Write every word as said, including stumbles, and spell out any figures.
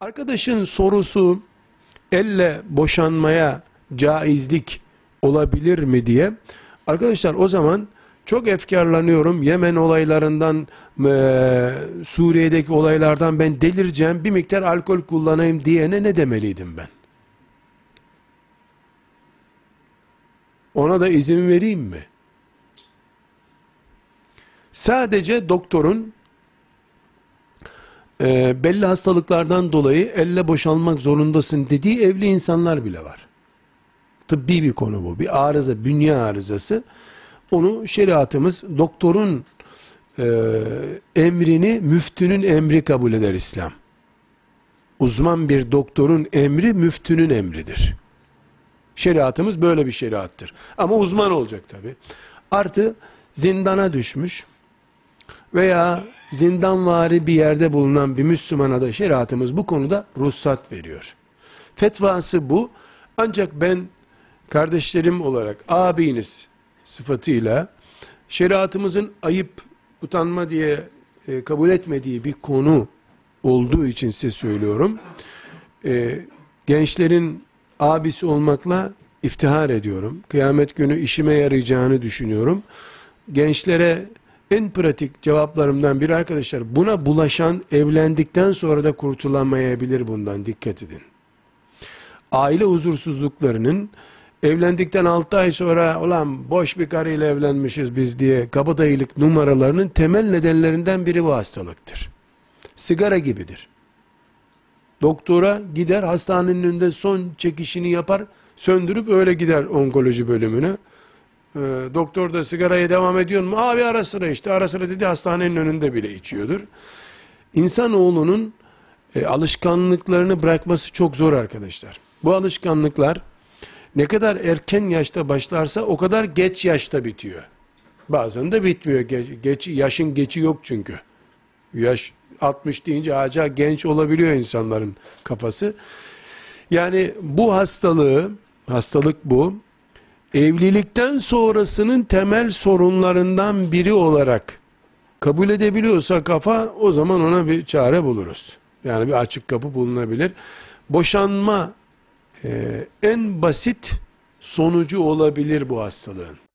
Arkadaşın sorusu elle boşanmaya caizlik olabilir mi diye. Arkadaşlar o zaman çok efkarlanıyorum. Yemen olaylarından, eee, Suriye'deki olaylardan ben delireceğim. Bir miktar alkol kullanayım diyene ne demeliydim ben? Ona da izin vereyim mi? Sadece doktorun e, belli hastalıklardan dolayı elle boşalmak zorundasın dediği evli insanlar bile var. Tıbbi bir konu bu. Bir arıza, bünye arızası. Onu şeriatımız doktorun e, emrini müftünün emri kabul eder İslam. Uzman bir doktorun emri müftünün emridir. Şeriatımız böyle bir şeriattır. Ama uzman olacak tabi. Artı zindana düşmüş veya zindanvari bir yerde bulunan bir Müslümana da şeriatımız bu konuda ruhsat veriyor. Fetvası bu. Ancak ben kardeşlerim olarak abiniz sıfatıyla şeriatımızın ayıp, utanma diye e, kabul etmediği bir konu olduğu için size söylüyorum. E, gençlerin abisi olmakla iftihar ediyorum. Kıyamet günü işime yarayacağını düşünüyorum. Gençlere en pratik cevaplarımdan biri, arkadaşlar, buna bulaşan evlendikten sonra da kurtulamayabilir, bundan dikkat edin. Aile huzursuzluklarının evlendikten altı ay sonra ulan boş bir karıyla evlenmişiz biz diye kabadayılık numaralarının temel nedenlerinden biri bu hastalıktır. Sigara gibidir. Doktora gider, hastanenin önünde son çekişini yapar, söndürüp öyle gider onkoloji bölümüne. Ee, doktor da sigaraya devam ediyor mu? Abi ara sıra işte, ara sıra dedi, hastanenin önünde bile içiyordur. İnsanoğlunun e, alışkanlıklarını bırakması çok zor arkadaşlar. Bu alışkanlıklar ne kadar erken yaşta başlarsa o kadar geç yaşta bitiyor. Bazen de bitmiyor. Geç, geç, yaşın geçi yok çünkü. Yaş altmış deyince ağaca genç olabiliyor insanların kafası. Yani bu hastalığı, hastalık bu, evlilikten sonrasının temel sorunlarından biri olarak kabul edebiliyorsa kafa, o zaman ona bir çare buluruz. Yani bir açık kapı bulunabilir. Boşanma e, en basit sonucu olabilir bu hastalığın.